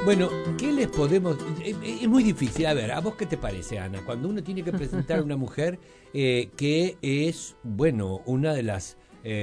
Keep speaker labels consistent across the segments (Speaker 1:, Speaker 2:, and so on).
Speaker 1: Bueno, ¿qué les podemos...? Es muy difícil. A ver, ¿a vos qué te parece, Ana? Cuando uno tiene que presentar a una mujer que es, bueno, una de las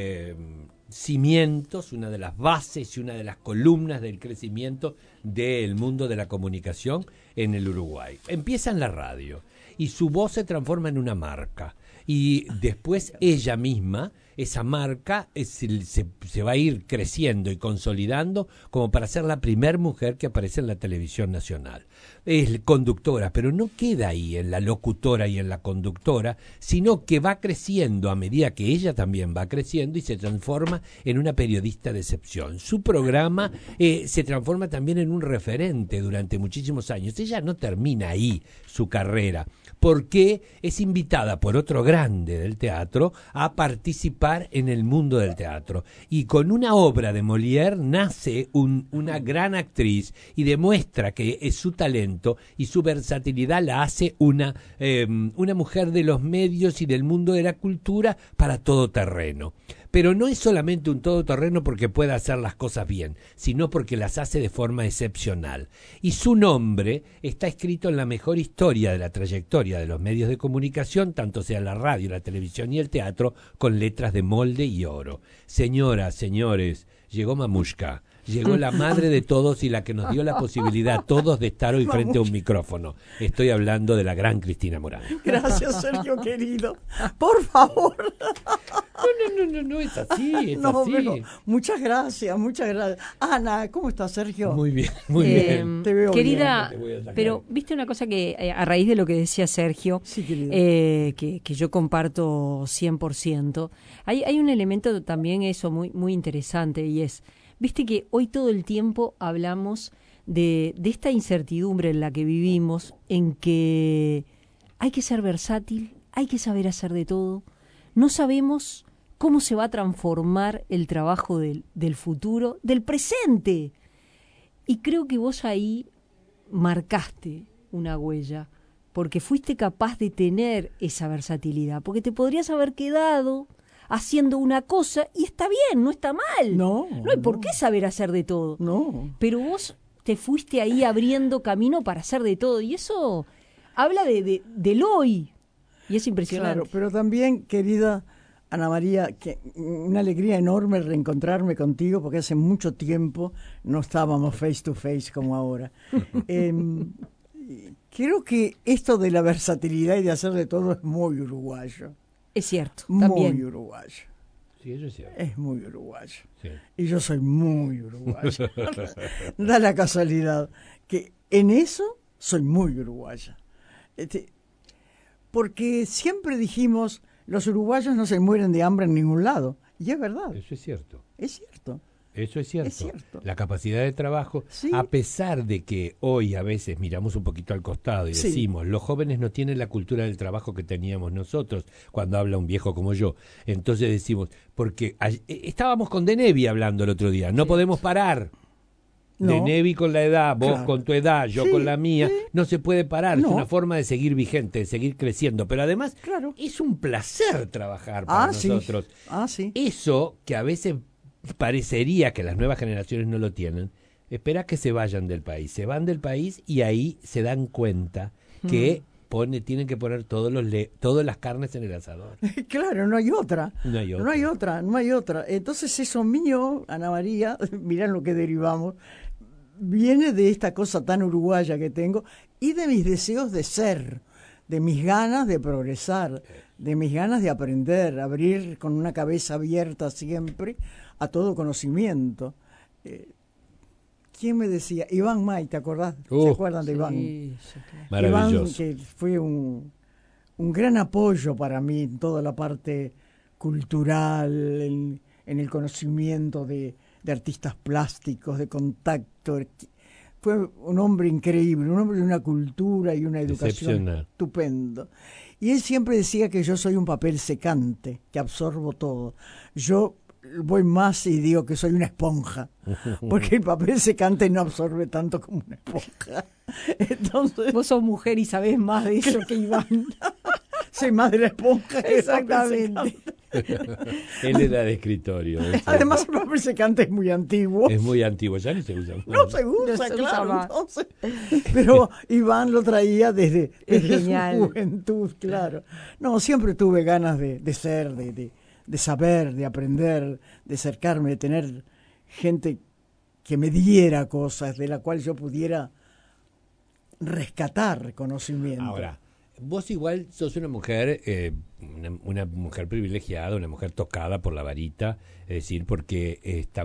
Speaker 1: cimientos, una de las bases y una de las columnas del crecimiento del mundo de la comunicación en el Uruguay. Empieza en la radio y su voz se transforma en una marca. Y después ella misma, esa marca, se va a ir creciendo y consolidando como para ser la primer mujer que aparece en la televisión nacional. Es conductora, pero no queda ahí en la locutora y en la conductora, sino que va creciendo a medida que ella también va creciendo y se transforma en una periodista de excepción. Su programa se transforma también en un referente durante muchísimos años. Ella no termina ahí su carrera, porque es invitada por otro grande del teatro a participar en el mundo del teatro. Y con una obra de Molière nace una gran actriz y demuestra que su talento y su versatilidad la hace una mujer de los medios y del mundo de la cultura para todo terreno. Pero no es solamente un todoterreno porque pueda hacer las cosas bien, sino porque las hace de forma excepcional. Y su nombre está escrito en la mejor historia de la trayectoria de los medios de comunicación, tanto sea la radio, la televisión y el teatro, con letras de molde y oro. Señoras, señores, llegó Mamushka. Llegó la madre de todos y la que nos dio la posibilidad a todos de estar hoy frente a un micrófono. Estoy hablando de la gran Cristina Morán.
Speaker 2: Gracias, Sergio querido. Por favor.
Speaker 1: No, es así, es así.
Speaker 2: Pero muchas gracias. Ana, ¿cómo estás, Sergio?
Speaker 1: Muy bien, muy bien.
Speaker 2: Te veo
Speaker 3: querida,
Speaker 2: bien.
Speaker 3: pero viste una cosa que a raíz de lo que decía Sergio,
Speaker 2: sí,
Speaker 3: que yo comparto 100%, hay un elemento también eso muy interesante y es, viste que hoy todo el tiempo hablamos de esta incertidumbre en la que vivimos, en que hay que ser versátil, hay que saber hacer de todo, no sabemos cómo se va a transformar el trabajo del futuro, del presente. Y creo que vos ahí marcaste una huella, porque fuiste capaz de tener esa versatilidad, porque te podrías haber quedado haciendo una cosa y está bien, no está mal.
Speaker 2: No
Speaker 3: hay por qué saber hacer de todo.
Speaker 2: No.
Speaker 3: Pero vos te fuiste ahí abriendo camino para hacer de todo y eso habla del hoy y es impresionante.
Speaker 2: Claro, pero también, querida Ana María, que una alegría enorme reencontrarme contigo porque hace mucho tiempo no estábamos face to face como ahora. Creo que esto de la versatilidad y de hacer de todo es muy uruguayo.
Speaker 3: Es cierto,
Speaker 2: también.
Speaker 3: Muy
Speaker 2: uruguayo.
Speaker 1: Sí, eso es cierto.
Speaker 2: Es muy uruguayo.
Speaker 1: Sí.
Speaker 2: Y yo soy muy uruguayo. Da la casualidad que en eso soy muy uruguaya. Porque siempre dijimos, los uruguayos no se mueren de hambre en ningún lado. Y es verdad.
Speaker 1: Eso es cierto.
Speaker 2: Es cierto.
Speaker 1: Eso es cierto.
Speaker 2: Es cierto.
Speaker 1: La capacidad de trabajo,
Speaker 2: sí.
Speaker 1: A pesar de que hoy a veces miramos un poquito al costado y decimos, los jóvenes no tienen la cultura del trabajo que teníamos nosotros, cuando habla un viejo como yo. Entonces decimos, porque estábamos con Denevi hablando el otro día, no podemos parar.
Speaker 2: No.
Speaker 1: Denevi con la edad, vos con tu edad, yo con la mía, no se puede parar, es una forma de seguir vigente, de seguir creciendo, pero además es un placer trabajar para nosotros.
Speaker 2: Sí.
Speaker 1: Eso que a veces parecería que las nuevas generaciones no lo tienen, espera que se vayan del país, se van del país y ahí se dan cuenta que tienen que poner todas las carnes en el asador.
Speaker 2: Claro, no hay otra.
Speaker 1: No hay
Speaker 2: otra. Entonces eso mío, Ana María, mirá lo que derivamos, viene de esta cosa tan uruguaya que tengo y de mis deseos de ser, de mis ganas de progresar, de mis ganas de aprender, abrir con una cabeza abierta siempre a todo conocimiento. ¿Quién me decía? Iván May, ¿te acordás? ¿Se acuerdan de Iván?
Speaker 3: Sí,
Speaker 1: maravilloso.
Speaker 2: Iván, que fue un gran apoyo para mí en toda la parte cultural, en el conocimiento de artistas plásticos, de contacto. Fue un hombre increíble, un hombre de una cultura y una educación estupendo. Y él siempre decía que yo soy un papel secante, que absorbo todo. Yo voy más y digo que soy una esponja, porque el papel secante no absorbe tanto como una esponja. Entonces,
Speaker 3: vos sos mujer y sabés más de eso que Iván.
Speaker 2: Soy más de la esponja.
Speaker 3: Exactamente.
Speaker 1: Él era de escritorio.
Speaker 2: Además, el papel secante es muy antiguo.
Speaker 1: Es muy antiguo, ya no se usa más.
Speaker 2: No se usa,
Speaker 3: No se
Speaker 2: claro.
Speaker 3: usa más.
Speaker 2: Entonces, pero Iván lo traía desde su
Speaker 3: genial.
Speaker 2: juventud, claro. No, siempre tuve ganas de ser, de saber, de aprender, de acercarme, de tener gente que me diera cosas de la cual yo pudiera rescatar conocimiento.
Speaker 1: Ahora, vos igual sos una mujer, una mujer privilegiada, una mujer tocada por la varita, es decir, porque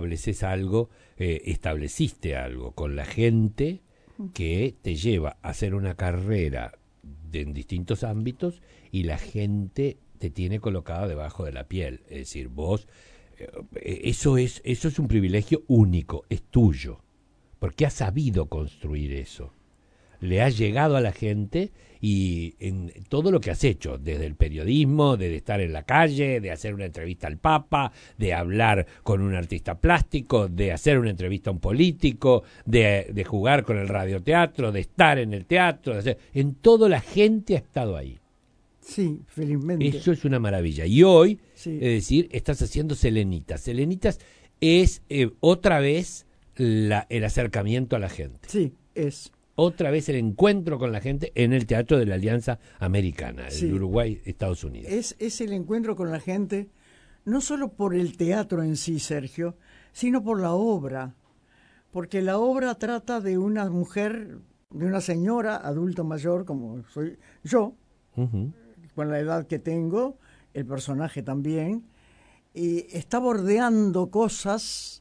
Speaker 1: estableciste algo con la gente que te lleva a hacer una carrera en distintos ámbitos y la gente te tiene colocada debajo de la piel. Es decir, vos, eso es un privilegio único, es tuyo, porque has sabido construir eso. Le has llegado a la gente y en todo lo que has hecho, desde el periodismo, de estar en la calle, de hacer una entrevista al Papa, de hablar con un artista plástico, de hacer una entrevista a un político, de jugar con el radioteatro, de estar en el teatro, en todo la gente ha estado ahí.
Speaker 2: Sí, felizmente.
Speaker 1: Eso es una maravilla. Y hoy,
Speaker 2: Sí.
Speaker 1: es decir, estás haciendo Selenitas. Selenitas es otra vez el acercamiento a la gente.
Speaker 2: Sí, es.
Speaker 1: Otra vez el encuentro con la gente en el Teatro de la Alianza Americana,
Speaker 2: Sí.
Speaker 1: el Uruguay, Estados Unidos.
Speaker 2: Es el encuentro con la gente, no solo por el teatro en sí, Sergio, sino por la obra. Porque la obra trata de una mujer, de una señora adulta mayor, como soy yo,
Speaker 1: Ujú.
Speaker 2: con la edad que tengo, el personaje también, y está bordeando cosas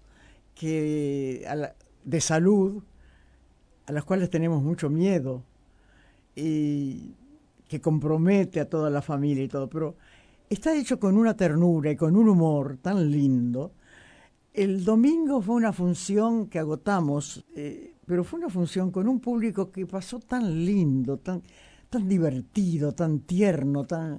Speaker 2: de salud, a las cuales tenemos mucho miedo y que compromete a toda la familia y todo, pero está hecho con una ternura y con un humor tan lindo. El domingo fue una función que agotamos, pero fue una función con un público que pasó tan lindo, tan divertido, tan tierno, tan...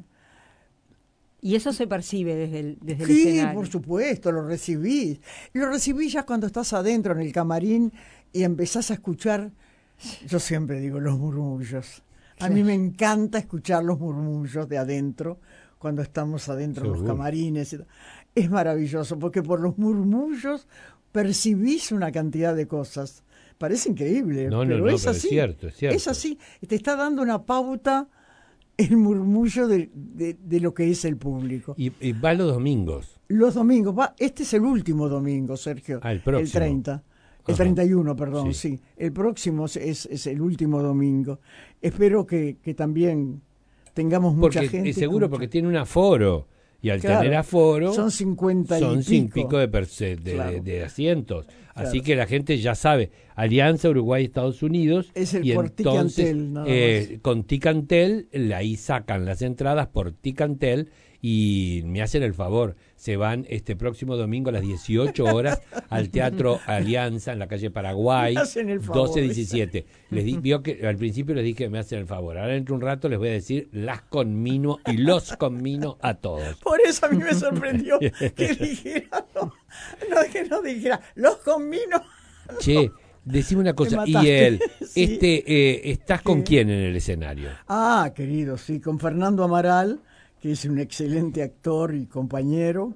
Speaker 3: Y eso se percibe desde el
Speaker 2: Sí,
Speaker 3: escenario.
Speaker 2: por supuesto, lo recibí. Lo recibí ya cuando estás adentro en el camarín y empezás a escuchar, yo siempre digo, los murmullos. A mí me encanta escuchar los murmullos de adentro, cuando estamos adentro en los
Speaker 1: Seguro.
Speaker 2: camarines. Es maravilloso, porque por los murmullos percibís una cantidad de cosas. Parece increíble,
Speaker 1: No,
Speaker 2: pero es
Speaker 1: pero
Speaker 2: así.
Speaker 1: es cierto, es cierto.
Speaker 2: Es así. Te está dando una pauta el murmullo de lo que es el público.
Speaker 1: Y va los domingos.
Speaker 2: Los domingos, este es el último domingo, Sergio.
Speaker 1: Ah, el próximo.
Speaker 2: El 30. El
Speaker 1: Ajá.
Speaker 2: 31, perdón,
Speaker 1: Sí.
Speaker 2: sí. El próximo es el último domingo. Espero que también tengamos mucha
Speaker 1: Porque
Speaker 2: gente.
Speaker 1: es seguro, porque tiene un aforo. Y al
Speaker 2: Claro,
Speaker 1: tener aforo,
Speaker 2: son 50 y
Speaker 1: son
Speaker 2: pico.
Speaker 1: de
Speaker 2: Claro.
Speaker 1: asientos. Así
Speaker 2: Claro.
Speaker 1: que la gente ya sabe. Alianza Uruguay-Estados Unidos.
Speaker 2: Es el
Speaker 1: y
Speaker 2: por
Speaker 1: entonces,
Speaker 2: Ticantel, nada más.
Speaker 1: con Ticantel, ahí sacan las entradas por Ticantel y me hacen el favor. Se van este próximo domingo a las 18 horas al Teatro Alianza en la calle Paraguay,
Speaker 2: Me hacen el favor.
Speaker 1: 12-17. Vio que al principio les dije que me hacen el favor. Ahora dentro de un rato les voy a decir las conmino y los conmino a todos.
Speaker 2: Por eso a mí me sorprendió que dijera, que no dijera, los conmino.
Speaker 1: Che, decime una cosa.
Speaker 2: Me
Speaker 1: Y
Speaker 2: mataste.
Speaker 1: él,
Speaker 2: Sí.
Speaker 1: ¿estás con
Speaker 2: ¿Qué?
Speaker 1: quién en el escenario?
Speaker 2: Ah, querido, sí, con Fernando Amaral, que es un excelente actor y compañero,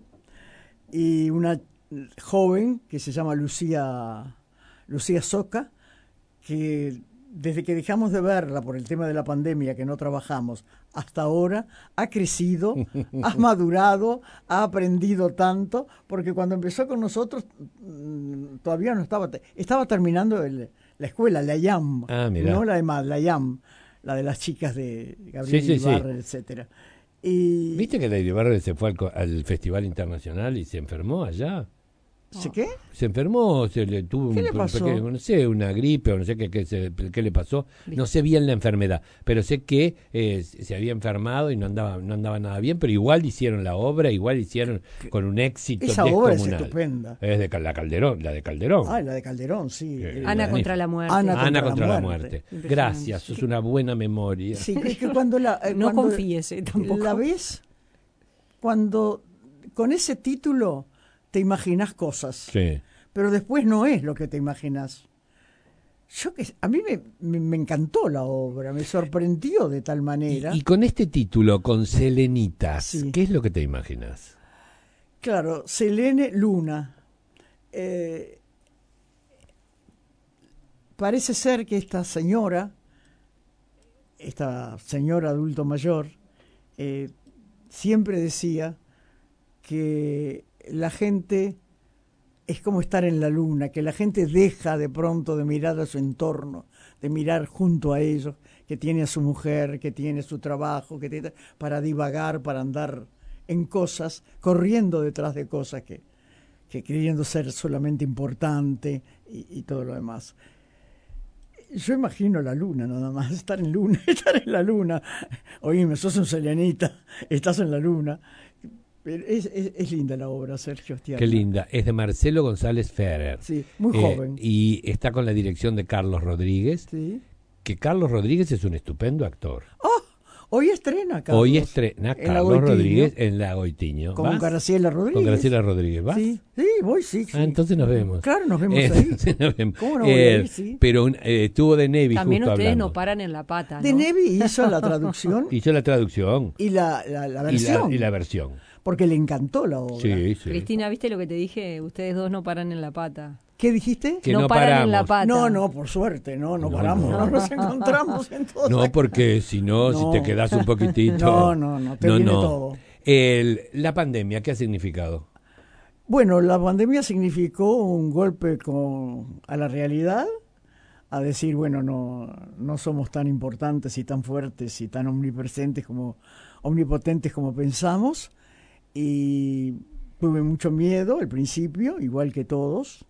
Speaker 2: y una joven que se llama Lucía Soca, que desde que dejamos de verla por el tema de la pandemia, que no trabajamos, hasta ahora ha crecido, ha madurado, ha aprendido tanto, porque cuando empezó con nosotros todavía no estaba terminando la escuela, la IAM,
Speaker 1: Ah, mirá.
Speaker 2: no la EMAD, la IAM, la de las chicas de Gabriel
Speaker 1: Sí, sí, sí.
Speaker 2: Ibarra, etcétera. Y
Speaker 1: ¿Viste que Lady Barrett se fue al Festival Internacional y se enfermó allá?
Speaker 2: ¿sé qué?
Speaker 1: Se enfermó, tuvo
Speaker 2: ¿Qué le pasó?
Speaker 1: no sé, una gripe o no sé qué le pasó. No sé bien la enfermedad, pero sé que se había enfermado y no andaba nada bien, pero igual hicieron la obra, igual hicieron con un éxito
Speaker 2: Esa obra es
Speaker 1: descomunal.
Speaker 2: estupenda.
Speaker 1: Es de la de Calderón.
Speaker 2: Ah, la de Calderón, sí.
Speaker 3: Ana
Speaker 1: Magnífico.
Speaker 3: contra la muerte.
Speaker 2: Ana
Speaker 1: contra la
Speaker 2: muerte.
Speaker 1: muerte.
Speaker 3: Impresionante.
Speaker 1: Gracias, sos una buena memoria.
Speaker 2: Sí, es que cuando
Speaker 3: No
Speaker 2: cuando
Speaker 3: confíes, tampoco.
Speaker 2: la ves, cuando con ese título te imaginas cosas,
Speaker 1: Sí.
Speaker 2: pero después no es lo que te imaginas. A mí me encantó la obra, me sorprendió de tal manera.
Speaker 1: Y con este título, con Selenitas,
Speaker 2: Sí.
Speaker 1: ¿qué es lo que te imaginas?
Speaker 2: Claro, Selene Luna. Parece ser que esta señora adulto mayor, siempre decía que la gente es como estar en la luna, que la gente deja de pronto de mirar a su entorno, de mirar junto a ellos, que tiene a su mujer, que tiene su trabajo, para divagar, para andar en cosas, corriendo detrás de cosas que queriendo ser solamente importante y todo lo demás. Yo imagino la luna nada más, estar en la luna. Oíme, sos un selenita, estás en la luna. Es linda la obra, Sergio.
Speaker 1: Qué linda. Es de Marcelo González Ferrer.
Speaker 2: Sí, muy joven.
Speaker 1: Y está con la dirección de Carlos Rodríguez.
Speaker 2: Sí.
Speaker 1: Que Carlos Rodríguez es un estupendo actor.
Speaker 2: ¡Oh! Hoy estrena, Carlos.
Speaker 1: Hoy estrena Carlos Rodríguez en La Goitiño.
Speaker 2: Con Graciela Rodríguez.
Speaker 1: Con Graciela Rodríguez, ¿vas?
Speaker 2: Sí, voy, sí.
Speaker 1: Entonces nos vemos.
Speaker 2: Claro, nos vemos ahí.
Speaker 1: Nos vemos.
Speaker 2: ¿Cómo no voy a ir? Sí.
Speaker 1: Pero estuvo de Nevi
Speaker 3: también
Speaker 1: justo
Speaker 3: ustedes
Speaker 1: hablando.
Speaker 3: no paran en la pata, ¿no?
Speaker 2: De Nevi hizo la traducción.
Speaker 1: Hizo la traducción.
Speaker 2: Y la versión.
Speaker 1: Y la versión.
Speaker 2: Porque le encantó la obra.
Speaker 1: Sí, sí.
Speaker 3: Cristina, ¿viste lo que te dije? Ustedes dos no paran en la pata.
Speaker 2: ¿Qué dijiste?
Speaker 1: Que
Speaker 3: no
Speaker 1: no
Speaker 3: paran
Speaker 1: paramos.
Speaker 3: en la pata.
Speaker 2: No, por suerte, no paramos. No nos encontramos en todo.
Speaker 1: No, porque si no, si te quedas un poquitito...
Speaker 2: No, te viene todo.
Speaker 1: La pandemia, ¿qué ha significado?
Speaker 2: Bueno, la pandemia significó un golpe a la realidad, a decir, bueno, no somos tan importantes y tan fuertes y tan omnipotentes como pensamos, y tuve mucho miedo al principio, igual que todos,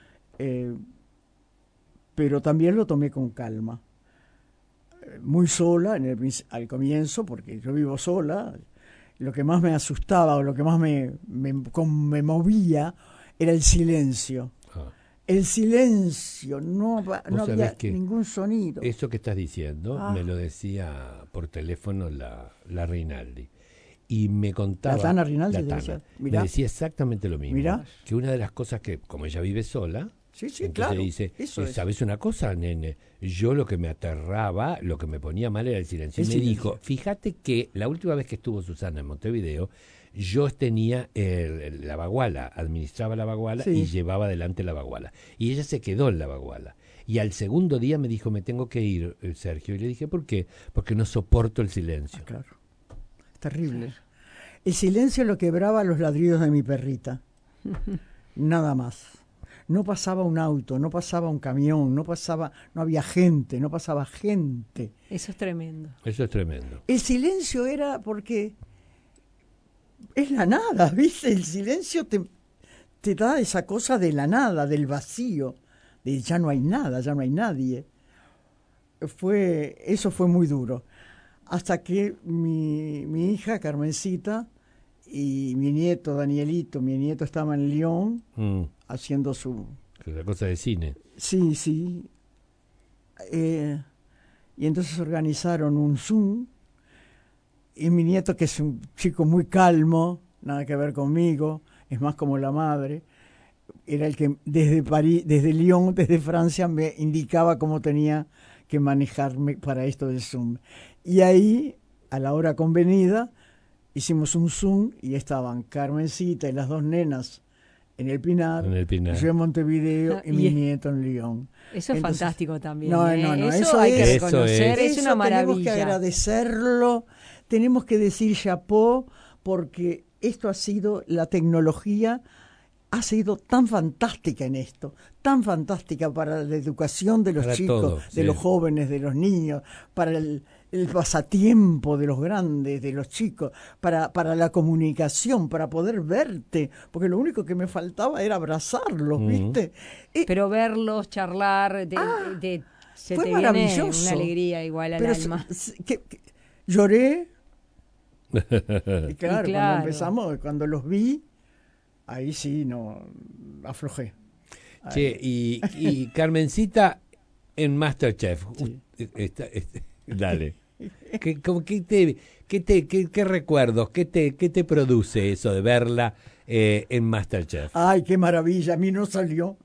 Speaker 2: pero también lo tomé con calma. Muy sola al comienzo, porque yo vivo sola. Lo que más me asustaba o lo que más me movía era el silencio. El silencio, no había ningún sonido.
Speaker 1: Eso que estás diciendo me lo decía por teléfono la Rinaldi. Y me contaba...
Speaker 2: La Tana Rinaldi
Speaker 1: me decía exactamente lo mismo.
Speaker 2: Mirá.
Speaker 1: Que una de las cosas que, como ella vive sola,
Speaker 2: sí,
Speaker 1: entonces
Speaker 2: claro,
Speaker 1: dice,
Speaker 2: eso es.
Speaker 1: ¿sabes una cosa, nene? Yo lo que me aterraba, lo que me ponía mal era el silencio. Y me dijo, fíjate que la última vez que estuvo Susana en Montevideo, yo tenía la baguala, administraba la baguala y llevaba adelante la baguala. Y ella se quedó en la baguala. Y al segundo día me dijo, me tengo que ir, Sergio. Y le dije, ¿por qué? Porque no soporto el silencio.
Speaker 2: Claro. Terrible. El silencio lo quebraba los ladridos de mi perrita. Nada más. No pasaba un auto, no pasaba un camión, no había gente, no pasaba gente.
Speaker 3: Eso es tremendo.
Speaker 1: Eso es tremendo.
Speaker 2: El silencio era porque es la nada, ¿viste? El silencio te da esa cosa de la nada, del vacío, de ya no hay nada, ya no hay nadie. Eso fue muy duro. Hasta que mi hija, Carmencita, y mi nieto, Danielito, mi nieto estaba en Lyon haciendo
Speaker 1: la cosa de cine.
Speaker 2: Sí. Y entonces organizaron un Zoom, y mi nieto, que es un chico muy calmo, nada que ver conmigo, es más como la madre, era el que desde París, desde Lyon, desde Francia, me indicaba cómo tenía que manejarme para esto del Zoom. Y ahí, a la hora convenida, hicimos un Zoom y estaban Carmencita y las dos nenas en el Pinar, yo en Montevideo y mi nieto en Lyon.
Speaker 3: Eso es fantástico también.
Speaker 2: No,
Speaker 3: eso hay que reconocer, es una maravilla.
Speaker 2: Tenemos que agradecerlo, tenemos que decir chapeau, porque esto ha sido, la tecnología ha sido tan fantástica en esto, tan fantástica para la educación de los chicos,
Speaker 1: todo,
Speaker 2: de los jóvenes, de los niños, para el pasatiempo de los grandes, de los chicos, para la comunicación, para poder verte, porque lo único que me faltaba era abrazarlos, ¿viste?
Speaker 3: Pero verlos, charlar, se
Speaker 2: fue
Speaker 3: te
Speaker 2: maravilloso.
Speaker 3: Viene una alegría igual al alma.
Speaker 2: Lloré, y claro, cuando empezamos, cuando los vi, ahí sí, no, aflojé.
Speaker 1: Che, y Carmencita en MasterChef.
Speaker 2: Sí.
Speaker 1: Dale. ¿Qué recuerdos, qué te produce eso de verla en MasterChef?
Speaker 2: Ay, qué maravilla, a mí no salió.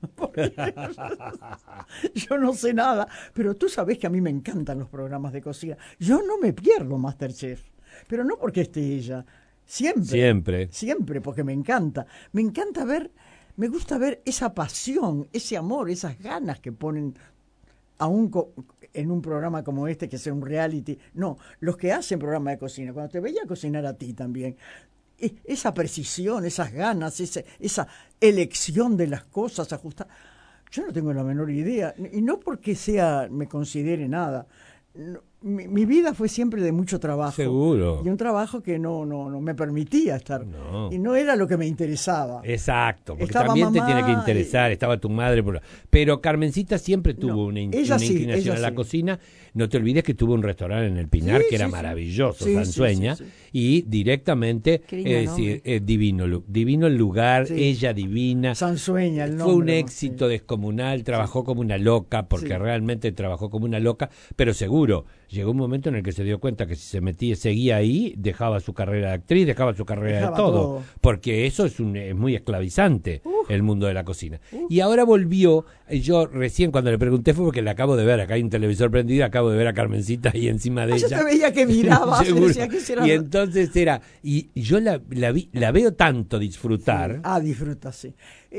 Speaker 2: Yo no sé nada, pero tú sabés que a mí me encantan los programas de cocina. Yo no me pierdo MasterChef, pero no porque esté ella. Siempre, porque me encanta. Me gusta ver esa pasión, ese amor, esas ganas que ponen aún en un programa como este, que sea un reality. No, los que hacen programa de cocina, cuando te veía cocinar a ti también, esa precisión, esas ganas, esa elección de las cosas, ajustar. Yo no tengo la menor idea, y no porque me considere nada. No, mi vida fue siempre de mucho trabajo.
Speaker 1: Seguro.
Speaker 2: Y un trabajo que no me permitía estar.
Speaker 1: No.
Speaker 2: Y no era lo que me interesaba.
Speaker 1: Exacto, porque
Speaker 2: Estaba
Speaker 1: también te
Speaker 2: mamá
Speaker 1: tiene que interesar, estaba tu madre. Pero Carmencita siempre tuvo una inclinación a la cocina. No te olvides que tuvo un restaurante en el Pinar que era maravilloso, Sansueña, y directamente, es decir, divino el lugar, ella divina.
Speaker 2: Sansueña, el nombre.
Speaker 1: Fue un éxito descomunal, trabajó como una loca, porque realmente trabajó como una loca, pero seguro, llegó un momento en el que se dio cuenta que si seguía ahí, dejaba su carrera de actriz, dejaba su carrera de todo, porque eso es muy esclavizante, el mundo de la cocina. Y ahora volvió, yo recién cuando le pregunté fue porque la acabo de ver, acá hay un televisor prendido, acabo de ver a Carmencita ahí encima de ella.
Speaker 2: Yo te veía que mirabas, decía que
Speaker 1: y entonces y yo la veo tanto disfrutar.
Speaker 2: Sí. Disfruta, sí.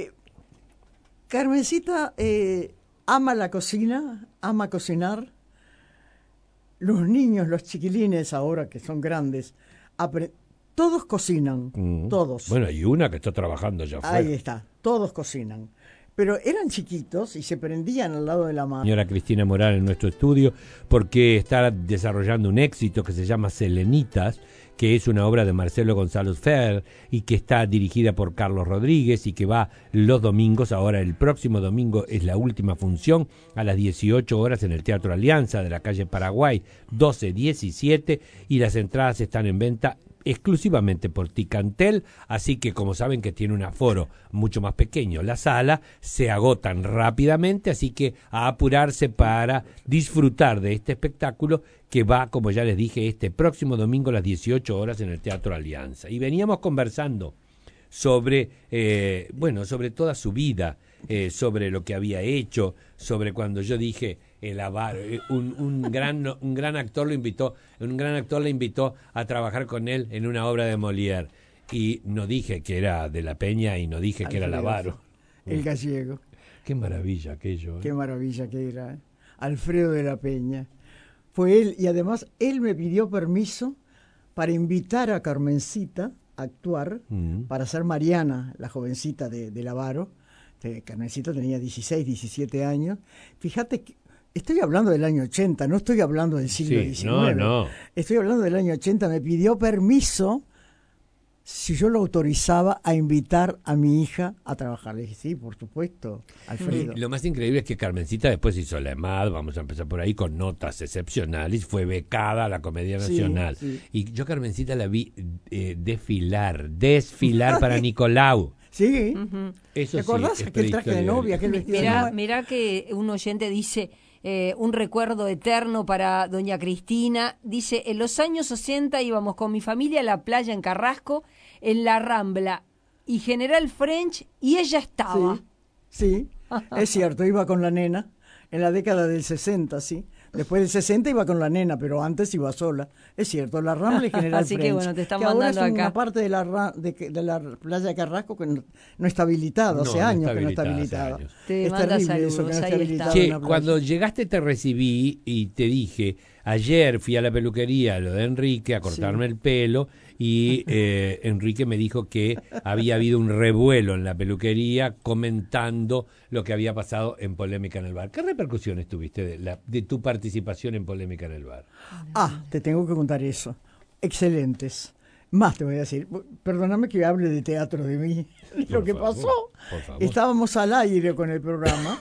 Speaker 2: Carmencita ama la cocina, ama cocinar. Los niños, los chiquilines ahora que son grandes, todos cocinan, todos.
Speaker 1: Bueno, hay una que está trabajando ya afuera.
Speaker 2: Ahí está, todos cocinan. Pero eran chiquitos y se prendían al lado de la mano.
Speaker 1: Señora Cristina Moral en nuestro estudio, porque está desarrollando un éxito que se llama Selenitas, que es una obra de Marcelo González Fer y que está dirigida por Carlos Rodríguez y que va los domingos. Ahora el próximo domingo es la última función a las 18 horas en el Teatro Alianza de la calle Paraguay 1217 y las entradas están en venta exclusivamente por Ticantel, así que como saben que tiene un aforo mucho más pequeño la sala, se agotan rápidamente, así que a apurarse para disfrutar de este espectáculo que va, como ya les dije, este próximo domingo a las 18 horas en el Teatro Alianza. Y veníamos conversando sobre, sobre toda su vida, sobre lo que había hecho, sobre cuando yo dije el avaro, un gran actor le invitó a trabajar con él en una obra de Molière y no dije que era de la Peña y no dije que era el avaro.
Speaker 2: El gallego.
Speaker 1: Qué maravilla aquello.
Speaker 2: Qué maravilla que era. Alfredo de la Peña. Fue él, y además él me pidió permiso para invitar a Carmencita a actuar, para ser Mariana, la jovencita del avaro. Carmencita tenía 16, 17 años. Fíjate que estoy hablando del año 80, no estoy hablando del siglo XIX.
Speaker 1: No.
Speaker 2: Estoy hablando del año 80. Me pidió permiso si yo lo autorizaba a invitar a mi hija a trabajar. Le dije, sí, por supuesto, Alfredo.
Speaker 1: Y lo más increíble es que Carmencita después hizo la EMAD, vamos a empezar por ahí, con notas excepcionales, fue becada a la Comedia Nacional. Sí. Y yo Carmencita la vi desfilar para Nicolau.
Speaker 2: Sí.
Speaker 1: Eso
Speaker 2: ¿te acordás aquel traje de novia, aquel vestido de novia?
Speaker 3: Mirá que un oyente dice, un recuerdo eterno para doña Cristina. Dice, en los años 60 íbamos con mi familia a la playa en Carrasco, en la Rambla y General French, y ella estaba.
Speaker 2: Sí, es cierto, iba con la nena, en la década del 60, sí. Después del 60 iba con la nena, pero antes iba sola. Es cierto, la Rambla y General
Speaker 3: Así
Speaker 2: French.
Speaker 3: Que bueno, te están
Speaker 2: que
Speaker 3: mandando
Speaker 2: ahora es
Speaker 3: acá.
Speaker 2: una parte de la playa de Carrasco que no está habilitada, hace años que no está habilitada.
Speaker 3: Te
Speaker 2: es
Speaker 3: manda
Speaker 2: terrible
Speaker 3: saludos,
Speaker 2: eso, que no esté
Speaker 3: ahí
Speaker 2: habilitada
Speaker 3: está.
Speaker 2: una playa.
Speaker 1: Cuando llegaste te recibí y te dije, ayer fui a la peluquería, lo de Enrique, a cortarme el pelo, y Enrique me dijo que había habido un revuelo en la peluquería comentando lo que había pasado en Polémica en el Bar. ¿Qué repercusiones tuviste de tu participación en Polémica en el Bar?
Speaker 2: Te tengo que contar eso. Excelentes. Más te voy a decir. Perdóname que hable de teatro de mí. Lo que pasó.
Speaker 1: Por favor.
Speaker 2: Estábamos al aire con el programa.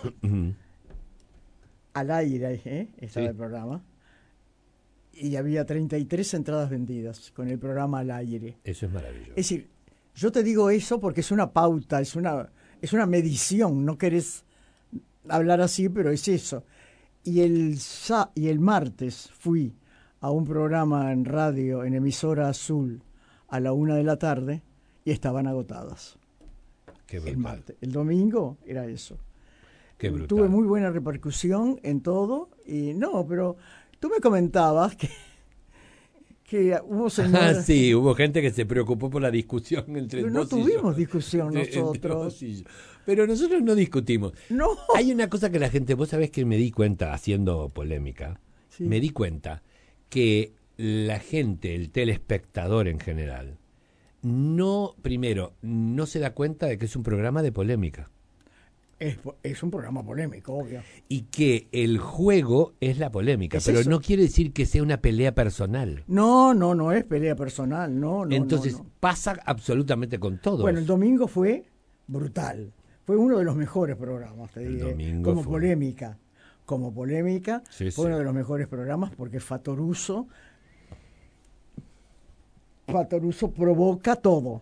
Speaker 2: Al aire, estaba el programa. Y había 33 entradas vendidas con el programa al aire.
Speaker 1: Eso es maravilloso.
Speaker 2: Es decir, yo te digo eso porque es una pauta, es una medición. No querés hablar así, pero es eso. Y el martes fui a un programa en radio, en emisora azul, a la 1 p.m, y estaban agotadas.
Speaker 1: Qué brutal.
Speaker 2: El martes. El domingo era eso.
Speaker 1: Qué brutal.
Speaker 2: Tuve muy buena repercusión en todo. Y no, pero tú me comentabas que que hubo señoras...
Speaker 1: Sí, hubo gente que se preocupó por la discusión entre
Speaker 2: Pero
Speaker 1: vos
Speaker 2: no
Speaker 1: y yo.
Speaker 2: tuvimos discusión
Speaker 1: Entre
Speaker 2: nosotros.
Speaker 1: vos y yo. Pero nosotros no discutimos.
Speaker 2: No.
Speaker 1: Hay una cosa que la gente, vos sabés que me di cuenta haciendo polémica,
Speaker 2: Sí.
Speaker 1: me di cuenta que la gente, el telespectador en general, primero, no se da cuenta de que es un programa de polémica.
Speaker 2: Es un programa polémico, obvio.
Speaker 1: Y que el juego es la polémica,
Speaker 2: Es
Speaker 1: pero
Speaker 2: eso.
Speaker 1: no quiere decir que sea una pelea personal.
Speaker 2: No es pelea personal, no.
Speaker 1: Entonces
Speaker 2: no.
Speaker 1: pasa absolutamente con todos.
Speaker 2: Bueno, el domingo fue brutal. Fue uno de los mejores programas, te
Speaker 1: El
Speaker 2: diré.
Speaker 1: domingo
Speaker 2: Como
Speaker 1: fue.
Speaker 2: polémica. Como polémica,
Speaker 1: Sí,
Speaker 2: fue
Speaker 1: sí.
Speaker 2: uno de los mejores programas porque Fatoruso provoca todo.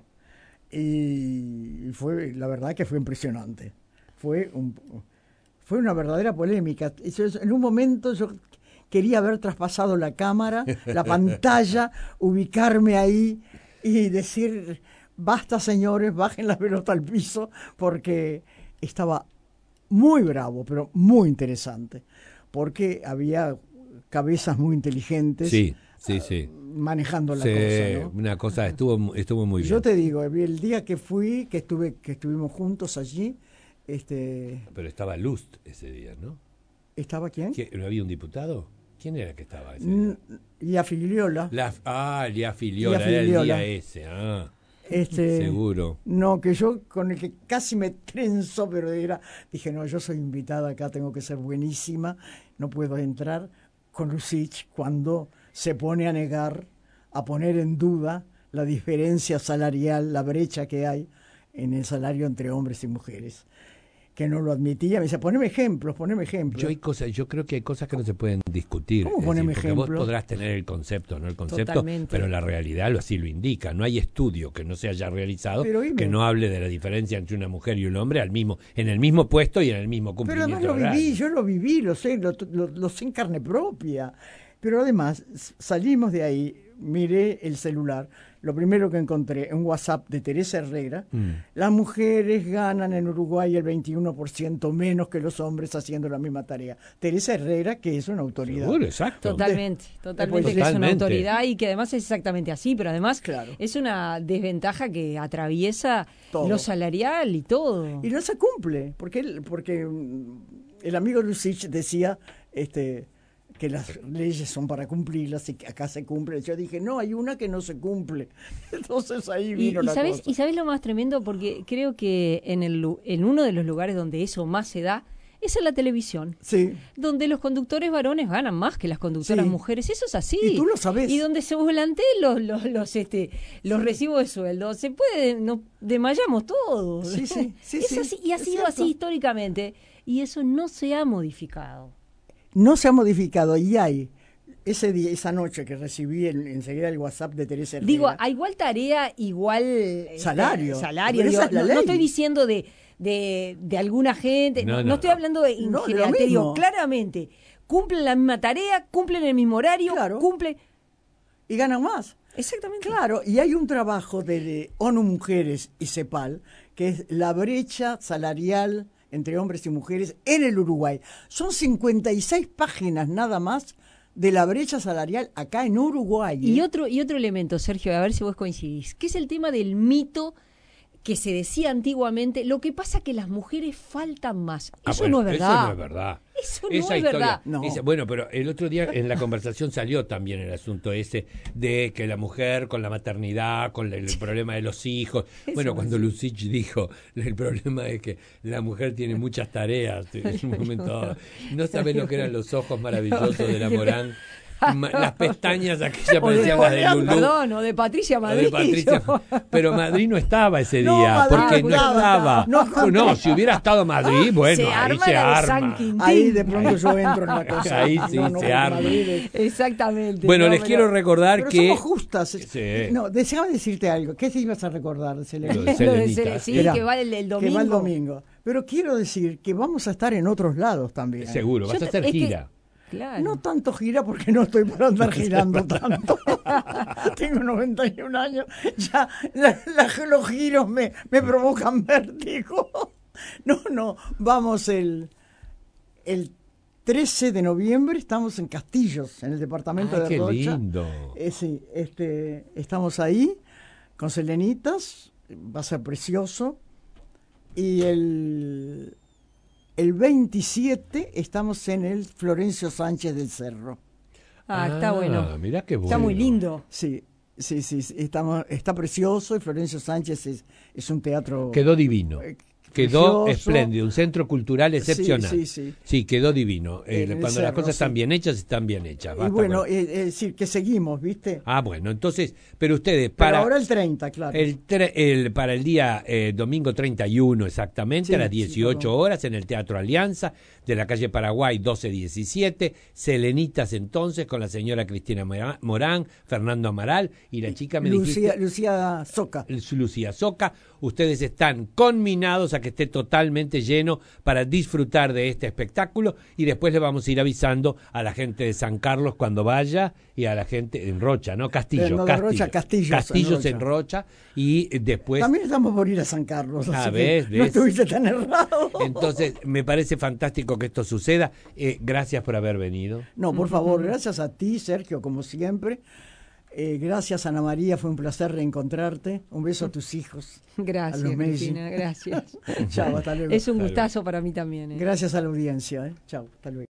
Speaker 2: Y fue, la verdad que fue impresionante. Fue una verdadera polémica. En un momento yo quería haber traspasado la cámara, la pantalla, ubicarme ahí y decir, basta señores, bajen la pelota al piso, porque estaba muy bravo, pero muy interesante, porque había cabezas muy inteligentes
Speaker 1: Sí.
Speaker 2: manejando la
Speaker 1: Sí,
Speaker 2: cosa, ¿no?
Speaker 1: una cosa estuvo muy bien.
Speaker 2: Yo te digo, el día que fui, que estuvimos juntos allí,
Speaker 1: Pero estaba Lust ese día, ¿no?
Speaker 2: ¿estaba quién?
Speaker 1: ¿No había un diputado? ¿Quién era que estaba ese día?
Speaker 2: Y a Filiola.
Speaker 1: Lía Filiola,
Speaker 2: Lía
Speaker 1: era el
Speaker 2: Filiola.
Speaker 1: día ese. Seguro.
Speaker 2: No, que yo con el que casi me trenzo, pero dije, no, yo soy invitada acá, tengo que ser buenísima, no puedo entrar con Lucich cuando se pone a negar, a poner en duda la diferencia salarial, la brecha que hay en el salario entre hombres y mujeres. Que no lo admitía, me decía, poneme ejemplos.
Speaker 1: Yo creo que hay cosas que no se pueden discutir.
Speaker 2: ¿Cómo
Speaker 1: Es
Speaker 2: poneme
Speaker 1: decir, porque vos
Speaker 2: ejemplos?
Speaker 1: podrás tener el concepto, no el concepto,
Speaker 3: Totalmente.
Speaker 1: pero la realidad así lo indica. No hay estudio que no se haya realizado
Speaker 2: Pero dime.
Speaker 1: que no hable de la diferencia entre una mujer y un hombre en el mismo puesto y en el mismo
Speaker 2: Pero
Speaker 1: cumplimiento
Speaker 2: además lo
Speaker 1: horario.
Speaker 2: viví, yo lo viví, lo sé, lo sé en carne propia. Pero además, salimos de ahí, miré el celular, lo primero que encontré, un WhatsApp de Teresa Herrera, las mujeres ganan en Uruguay el 21% menos que los hombres haciendo la misma tarea. Teresa Herrera, que es una autoridad.
Speaker 1: Seguro, exacto.
Speaker 3: Totalmente
Speaker 2: Después-
Speaker 3: que es una
Speaker 1: Totalmente.
Speaker 3: autoridad y que además es exactamente así, pero además
Speaker 2: Claro.
Speaker 3: es una desventaja que atraviesa
Speaker 2: Todo.
Speaker 3: lo salarial y todo.
Speaker 2: Y no se cumple, porque el amigo Lucich decía que las leyes son para cumplirlas y que acá se cumplen. Yo dije, no, hay una que no se cumple. Entonces ahí vino la cosa.
Speaker 3: ¿Y sabes lo más tremendo? Porque creo que en uno de los lugares donde eso más se da es en la televisión.
Speaker 2: Sí.
Speaker 3: Donde los conductores varones ganan más que las conductoras
Speaker 2: Sí.
Speaker 3: mujeres. Eso es así.
Speaker 2: Y tú lo sabés.
Speaker 3: Y donde se volanteen los recibos de sueldo. Se puede, nos desmayamos todos.
Speaker 2: Sí, sí, sí,
Speaker 3: Es
Speaker 2: sí,
Speaker 3: así, y ha
Speaker 2: es
Speaker 3: sido
Speaker 2: cierto.
Speaker 3: así históricamente. Y eso no se ha modificado.
Speaker 2: No se ha modificado y hay ese día, esa noche que recibí enseguida el WhatsApp de Teresa Herrera.
Speaker 3: Digo, a igual tarea, igual
Speaker 2: Salario.
Speaker 3: salario.
Speaker 2: Pero
Speaker 3: Digo,
Speaker 2: esa es la
Speaker 3: no
Speaker 2: ley.
Speaker 3: estoy diciendo de alguna gente,
Speaker 1: No,
Speaker 3: no,
Speaker 1: no.
Speaker 3: estoy hablando en
Speaker 2: No, de
Speaker 3: general,
Speaker 2: lo
Speaker 3: te digo,
Speaker 2: mismo.
Speaker 3: claramente, cumplen la misma tarea, cumplen el mismo horario,
Speaker 2: Claro.
Speaker 3: cumplen...
Speaker 2: Y ganan más.
Speaker 3: Exactamente.
Speaker 2: Claro, y hay un trabajo de ONU Mujeres y CEPAL, que es la brecha salarial entre hombres y mujeres en el Uruguay. Son 56 páginas nada más de la brecha salarial acá en Uruguay.
Speaker 3: Y otro elemento, Sergio, a ver si vos coincidís, que es el tema del mito que se decía antiguamente, lo que pasa que las mujeres faltan más. Eso
Speaker 1: Bueno,
Speaker 3: no es verdad.
Speaker 1: Eso no es verdad.
Speaker 3: Eso no
Speaker 1: Esa
Speaker 3: es
Speaker 1: historia,
Speaker 3: verdad.
Speaker 2: No.
Speaker 1: bueno, pero el otro día en la conversación salió también el asunto ese de que la mujer con la maternidad, con el problema de los hijos. Bueno, cuando Lucich dijo, el problema es que la mujer tiene muchas tareas. En un momento dado. No sabés lo que eran los ojos maravillosos de la Morán. Las pestañas aquellas
Speaker 3: O de,
Speaker 1: parecían las de Lulú.
Speaker 3: perdón, o de Patricia
Speaker 1: O
Speaker 3: Madrid.
Speaker 1: de Patricia. Pero Madrid no estaba ese
Speaker 2: No,
Speaker 1: día,
Speaker 2: Madrid
Speaker 1: porque
Speaker 2: no
Speaker 1: no
Speaker 2: estaba.
Speaker 1: estaba. No, si hubiera estado Madrid, bueno,
Speaker 3: se
Speaker 1: ahí
Speaker 3: arma
Speaker 1: se
Speaker 3: la de
Speaker 1: arma.
Speaker 3: San Quintín.
Speaker 2: Ahí de pronto yo entro en la cosa.
Speaker 1: Ahí sí se
Speaker 2: porque
Speaker 1: arma.
Speaker 2: Madrid es-
Speaker 3: Exactamente.
Speaker 1: Bueno,
Speaker 3: no,
Speaker 1: les
Speaker 3: pero-
Speaker 1: quiero recordar
Speaker 2: Pero
Speaker 1: que...
Speaker 2: somos justas.
Speaker 1: Sí.
Speaker 2: No, deseaba decirte algo. ¿Qué te ibas a recordar de Selena?
Speaker 1: Lo de
Speaker 3: Lo de
Speaker 1: Selenita.
Speaker 3: Sele- sí,
Speaker 2: Mirá,
Speaker 3: que va el domingo.
Speaker 2: Que va el domingo. Pero quiero decir que vamos a estar en otros lados también.
Speaker 1: Seguro, vas
Speaker 3: Yo
Speaker 1: a hacer
Speaker 3: es que-
Speaker 1: gira.
Speaker 3: Claro.
Speaker 2: No tanto gira porque no estoy para andar girando tanto. Tengo 91 años. Ya los giros me provocan vértigo. No, vamos el 13 de noviembre estamos en Castillos, en el departamento de
Speaker 1: qué
Speaker 2: Rocha.
Speaker 1: lindo.
Speaker 2: Sí, estamos ahí con Selenitas, va a ser precioso. Y el 27 estamos en el Florencio Sánchez del Cerro.
Speaker 3: Está bueno.
Speaker 1: Mirá qué bueno.
Speaker 3: Está muy lindo.
Speaker 2: Sí, está precioso, y Florencio Sánchez es un teatro...
Speaker 1: Quedó divino. Quedó
Speaker 2: precioso.
Speaker 1: espléndido, un centro cultural excepcional.
Speaker 2: Sí.
Speaker 1: Sí, quedó divino.
Speaker 2: En el
Speaker 1: Cuando las
Speaker 2: cerro,
Speaker 1: cosas están
Speaker 2: sí.
Speaker 1: bien hechas, están bien hechas.
Speaker 2: Y
Speaker 1: Basta
Speaker 2: bueno,
Speaker 1: con-
Speaker 2: es decir, que seguimos, ¿viste?
Speaker 1: bueno, entonces, pero ustedes,
Speaker 2: Pero
Speaker 1: para
Speaker 2: ahora el 30, claro.
Speaker 1: para el día domingo 31 exactamente,
Speaker 2: Sí,
Speaker 1: a las
Speaker 2: sí,
Speaker 1: 18
Speaker 2: perdón.
Speaker 1: horas, en el Teatro Alianza, de la calle Paraguay 1217, Selenitas entonces, con la señora Cristina Morán, Fernando Amaral, y la chica me dijiste...
Speaker 2: Lucía Soca.
Speaker 1: Lucía Soca, ustedes están conminados a que esté totalmente lleno para disfrutar de este espectáculo, y después le vamos a ir avisando a la gente de San Carlos cuando vaya, y a la gente en Rocha, ¿no? Castillo,
Speaker 2: No, de Rocha,
Speaker 1: Castillos en Rocha, y después...
Speaker 2: También estamos por ir a San Carlos, así
Speaker 1: ¿ves?
Speaker 2: que no
Speaker 1: ¿ves?
Speaker 2: estuviste tan errado.
Speaker 1: Entonces, me parece fantástico que esto suceda. Gracias por haber venido.
Speaker 2: No, por favor, gracias a ti, Sergio, como siempre. Gracias, Ana María, fue un placer reencontrarte. Un beso a tus hijos. A
Speaker 3: Gracias,
Speaker 2: los Messi.
Speaker 3: Cristina, gracias.
Speaker 2: Chao, hasta luego.
Speaker 3: Es un gustazo para mí también.
Speaker 2: Gracias a la audiencia. Chao, hasta luego.